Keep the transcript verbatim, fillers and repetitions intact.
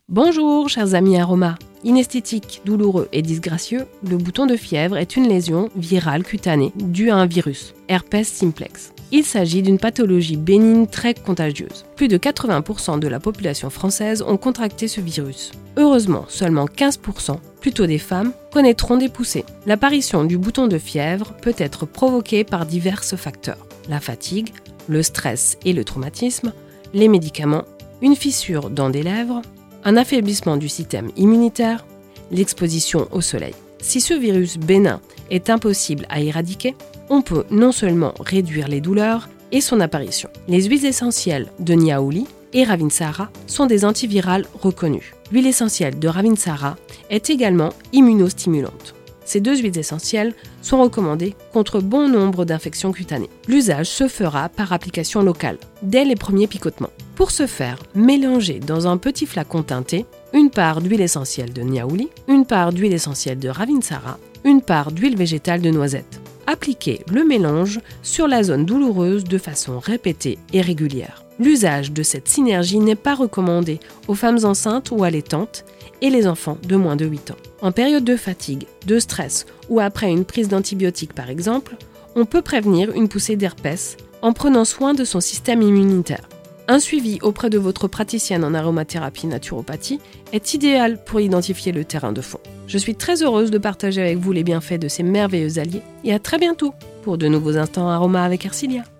Bonjour chers amis Aroma. Inesthétique, douloureux et disgracieux, le bouton de fièvre est une lésion virale cutanée due à un virus, herpès simplex. Il s'agit d'une pathologie bénigne très contagieuse. Plus de quatre-vingts pour cent de la population française ont contracté ce virus. Heureusement, seulement quinze pour cent, plutôt des femmes, connaîtront des poussées. L'apparition du bouton de fièvre peut être provoquée par divers facteurs. La fatigue, le stress et le traumatisme, les médicaments, une fissure dans des lèvres, un affaiblissement du système immunitaire, l'exposition au soleil. Si ce virus bénin est impossible à éradiquer, on peut non seulement réduire les douleurs et son apparition. Les huiles essentielles de Niaouli et Ravinsara sont des antivirales reconnues. L'huile essentielle de Ravinsara est également immunostimulante. Ces deux huiles essentielles sont recommandées contre bon nombre d'infections cutanées. L'usage se fera par application locale, dès les premiers picotements. Pour ce faire, mélangez dans un petit flacon teinté une part d'huile essentielle de Niaouli, une part d'huile essentielle de Ravinsara, une part d'huile végétale de noisette. Appliquez le mélange sur la zone douloureuse de façon répétée et régulière. L'usage de cette synergie n'est pas recommandé aux femmes enceintes ou allaitantes et les enfants de moins de huit ans. En période de fatigue, de stress ou après une prise d'antibiotiques par exemple, on peut prévenir une poussée d'herpès en prenant soin de son système immunitaire. Un suivi auprès de votre praticienne en aromathérapie naturopathie est idéal pour identifier le terrain de fond. Je suis très heureuse de partager avec vous les bienfaits de ces merveilleux alliés et à très bientôt pour de nouveaux instants aroma avec Ercilia.